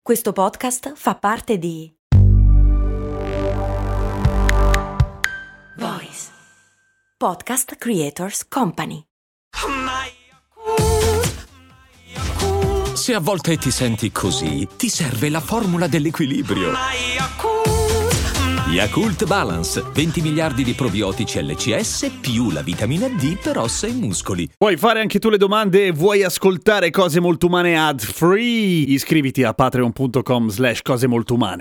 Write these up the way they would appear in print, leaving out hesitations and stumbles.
Questo podcast fa parte di Voice Podcast Creators Company. Se a volte ti senti così, ti serve la formula dell'equilibrio. Yakult Balance, 20 miliardi di probiotici LCS più la vitamina D per ossa e muscoli. Puoi fare anche tu le domande e vuoi ascoltare Cose Molto Umane ad free? Iscriviti a patreon.com/Cose Molto Umane.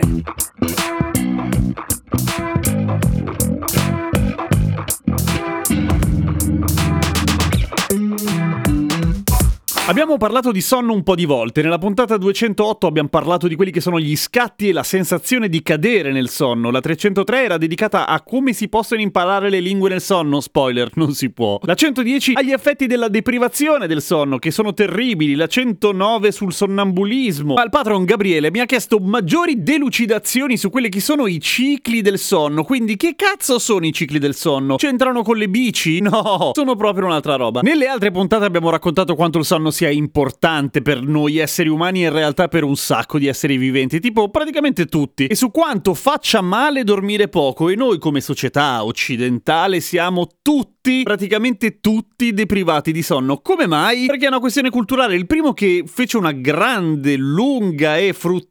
Abbiamo parlato di sonno un po' di volte. Nella puntata 208 abbiamo parlato di quelli che sono gli scatti e la sensazione di cadere nel sonno. La 303 era dedicata a come si possono imparare le lingue nel sonno. Spoiler, non si può. La 110 agli effetti della deprivazione del sonno, che sono terribili. La 109 sul sonnambulismo. Ma il patron Gabriele mi ha chiesto maggiori delucidazioni su quelli che sono i cicli del sonno. Quindi che cazzo sono i cicli del sonno? C'entrano con le bici? No, sono proprio un'altra roba. Nelle altre puntate abbiamo raccontato quanto il sonno sia importante per noi esseri umani e in realtà per un sacco di esseri viventi, tipo praticamente tutti, e su quanto faccia male dormire poco, e noi come società occidentale siamo praticamente tutti deprivati di sonno. Come mai? Perché è una questione culturale. Il primo che fece una grande, lunga e fruttuosa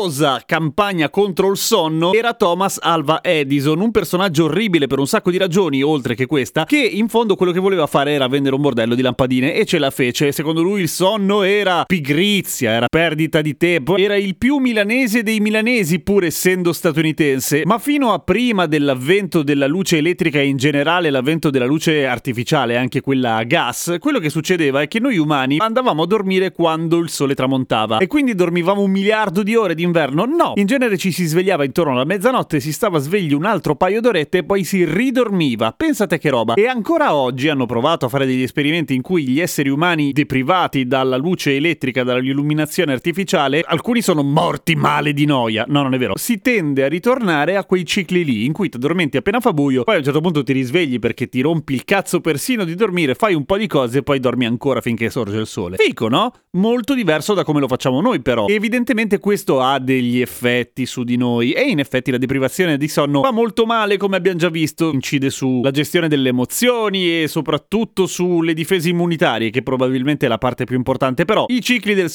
campagna contro il sonno era Thomas Alva Edison, un personaggio orribile per un sacco di ragioni, oltre che questa, che in fondo quello che voleva fare era vendere un bordello di lampadine, e ce la fece. Secondo lui il sonno era pigrizia, era perdita di tempo, era il più milanese dei milanesi pur essendo statunitense. Ma fino a prima dell'avvento della luce elettrica e in generale l'avvento della luce artificiale, anche quella a gas, quello che succedeva è che noi umani andavamo a dormire quando il sole tramontava, e quindi dormivamo 1 miliardo di ore d'inverno? No! In genere ci si svegliava intorno alla mezzanotte, si stava svegli un altro paio d'orette e poi si ridormiva. Pensate che roba! E ancora oggi hanno provato a fare degli esperimenti in cui gli esseri umani deprivati dalla luce elettrica, dall'illuminazione artificiale, alcuni sono morti male di noia. No, non è vero. Si tende a ritornare a quei cicli lì, in cui ti addormenti appena fa buio, poi a un certo punto ti risvegli perché ti rompi il cazzo persino di dormire, fai un po' di cose e poi dormi ancora finché sorge il sole. Fico, no? Molto diverso da come lo facciamo noi, però. E evidentemente questo ha degli effetti su di noi, e in effetti la deprivazione di sonno fa molto male, come abbiamo già visto. Incide sulla gestione delle emozioni e soprattutto sulle difese immunitarie, che probabilmente è la parte più importante. Però i cicli del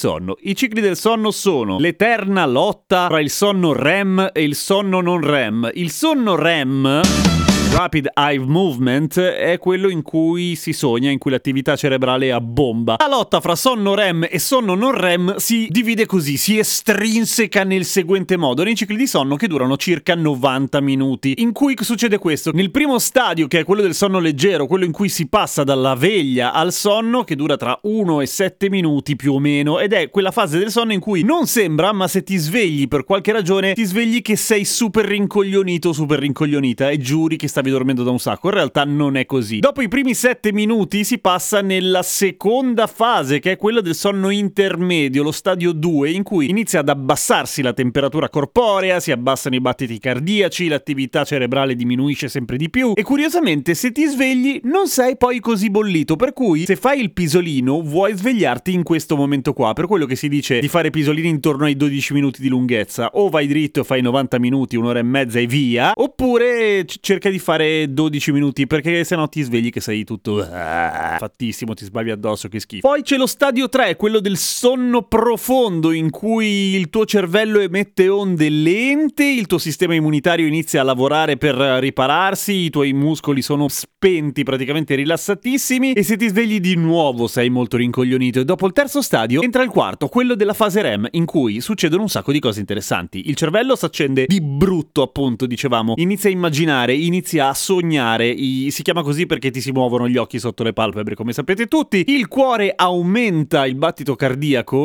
sonno sono l'eterna lotta tra il sonno REM e il sonno non REM. Il sonno REM, Rapid Eye Movement, è quello in cui si sogna, in cui l'attività cerebrale è a bomba. La lotta fra sonno REM e sonno non REM si divide così, si estrinseca nel seguente modo, nei cicli di sonno che durano circa 90 minuti, in cui succede questo. Nel primo stadio, che è quello del sonno leggero, quello in cui si passa dalla veglia al sonno, che dura tra 1 e 7 minuti più o meno, ed è quella fase del sonno in cui non sembra, ma se ti svegli per qualche ragione, ti svegli che sei super rincoglionito o super rincoglionita e giuri che stavi dormendo da un sacco. In realtà non è così. Dopo i primi 7 minuti si passa nella seconda fase, che è quella del sonno intermedio, lo stadio 2, in cui inizia ad abbassarsi la temperatura corporea, si abbassano i battiti cardiaci, l'attività cerebrale diminuisce sempre di più, e curiosamente se ti svegli non sei poi così bollito, per cui se fai il pisolino vuoi svegliarti in questo momento qua, per quello che si dice di fare pisolini intorno ai 12 minuti di lunghezza. O vai dritto e fai 90 minuti, 1 ora e mezza e via, oppure cerca di fare 12 minuti, perché sennò ti svegli che sei tutto fattissimo, ti sbagli addosso, che schifo. Poi c'è lo stadio 3, quello del sonno profondo, in cui il tuo cervello emette onde lente, il tuo sistema immunitario inizia a lavorare per ripararsi, i tuoi muscoli sono spenti, praticamente rilassatissimi, e se ti svegli di nuovo sei molto rincoglionito. E dopo il terzo stadio entra il quarto, quello della fase REM, in cui succedono un sacco di cose interessanti. Il cervello si accende di brutto, appunto, dicevamo, inizia a immaginare, inizia a sognare, si chiama così perché ti si muovono gli occhi sotto le palpebre, come sapete tutti. Il cuore aumenta il battito cardiaco,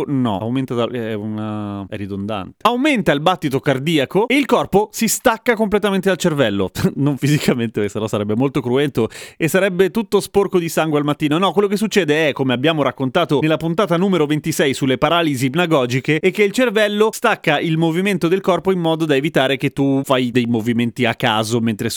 è ridondante. Aumenta il battito cardiaco e il corpo si stacca completamente dal cervello. Non fisicamente, perché sennò sarebbe molto cruento e sarebbe tutto sporco di sangue al mattino. No, quello che succede è, come abbiamo raccontato nella puntata numero 26 sulle paralisi ipnagogiche, è che il cervello stacca il movimento del corpo in modo da evitare che tu fai dei movimenti a caso mentre sogni di fare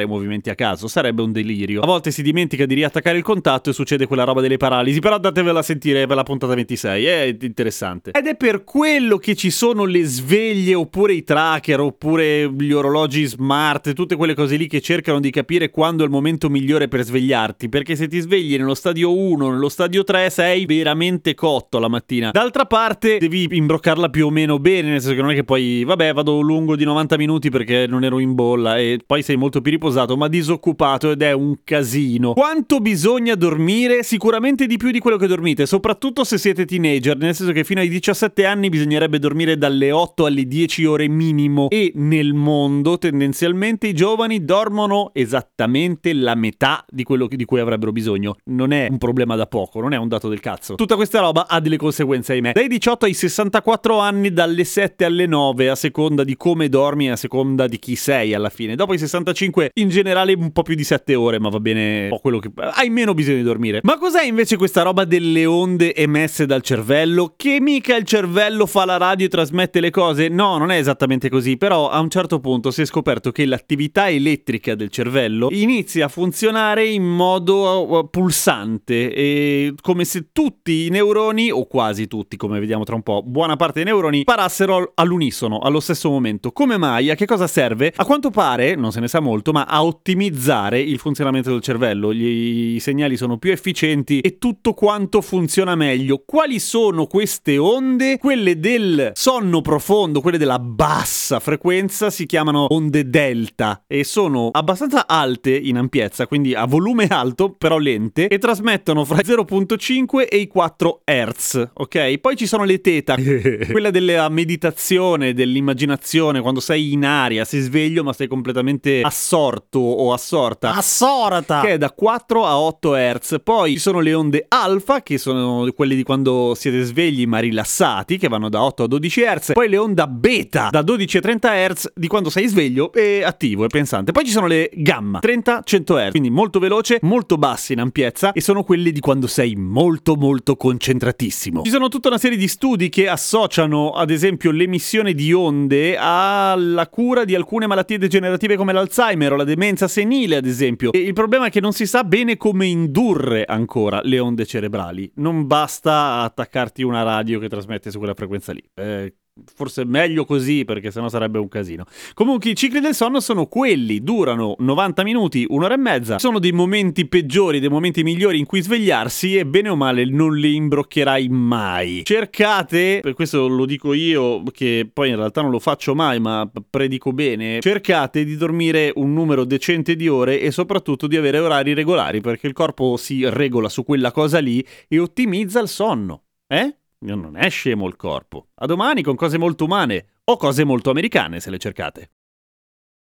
fare movimenti a caso, sarebbe un delirio. A volte si dimentica di riattaccare il contatto e succede quella roba delle paralisi, però andatevela a sentire per la puntata 26, è interessante. Ed è per quello che ci sono le sveglie, oppure i tracker, oppure gli orologi smart, tutte quelle cose lì che cercano di capire quando è il momento migliore per svegliarti, perché se ti svegli nello stadio 1, nello stadio 3, sei veramente cotto la mattina. D'altra parte devi imbroccarla più o meno bene, nel senso che non è che poi, vabbè, vado lungo di 90 minuti perché non ero in bolla, e poi sei molto più riposato ma disoccupato, ed è un casino. Quanto bisogna dormire? Sicuramente di più di quello che dormite, soprattutto se siete teenager, nel senso che fino ai 17 anni bisognerebbe dormire dalle 8 alle 10 ore minimo, e nel mondo tendenzialmente i giovani dormono esattamente la metà di quello di cui avrebbero bisogno. Non è un problema da poco, non è un dato del cazzo. Tutta questa roba ha delle conseguenze, ahimè. Dai 18 ai 64 anni, dalle 7 alle 9, a seconda di come dormi e a seconda di chi sei alla fine. Dopo i 65 in generale un po' più di 7 ore, ma va bene un po' quello che... hai meno bisogno di dormire. Ma cos'è invece questa roba delle onde emesse dal cervello? Che mica il cervello fa la radio e trasmette le cose? No, non è esattamente così, però a un certo punto si è scoperto che l'attività elettrica del cervello inizia a funzionare in modo pulsante, e come se tutti i neuroni, o quasi tutti, come vediamo tra un po', buona parte dei neuroni sparassero all'unisono, allo stesso momento. Come mai? A che cosa serve? A quanto pare, non se ne sa molto, ma a ottimizzare il funzionamento del cervello. I segnali sono più efficienti e tutto quanto funziona meglio. Quali sono queste onde? Quelle del sonno profondo, quelle della bassa frequenza, si chiamano onde delta e sono abbastanza alte in ampiezza, quindi a volume alto però lente, e trasmettono fra 0.5 e i 4 Hz, ok? Poi ci sono le teta, quella della meditazione, dell'immaginazione, quando sei in aria, sei sveglio ma sei completamente assorto o assorta, che è da 4 a 8 Hz. Poi ci sono le onde alfa, che sono quelle di quando siete svegli ma rilassati, che vanno da 8 a 12 Hz. Poi le onde beta, da 12 a 30 Hz, di quando sei sveglio e attivo e pensante. Poi ci sono le gamma, 30-100 Hz, quindi molto veloce, molto basse in ampiezza, e sono quelle di quando sei molto molto concentratissimo. Ci sono tutta una serie di studi che associano ad esempio l'emissione di onde alla cura di alcune malattie degenerative come l'Alzheimer o la demenza senile, ad esempio. E il problema è che non si sa bene come indurre ancora le onde cerebrali. Non basta attaccarti una radio che trasmette su quella frequenza lì. Forse meglio così, perché sennò sarebbe un casino. Comunque i cicli del sonno sono quelli, durano 90 minuti, un'ora e mezza. Sono dei momenti peggiori, dei momenti migliori in cui svegliarsi, e bene o male non li imbroccherai mai. Cercate, per questo lo dico io, che poi in realtà non lo faccio mai ma predico bene, cercate di dormire un numero decente di ore e soprattutto di avere orari regolari, perché il corpo si regola su quella cosa lì e ottimizza il sonno. Non è scemo il corpo. A domani con cose molto umane, o cose molto americane se le cercate.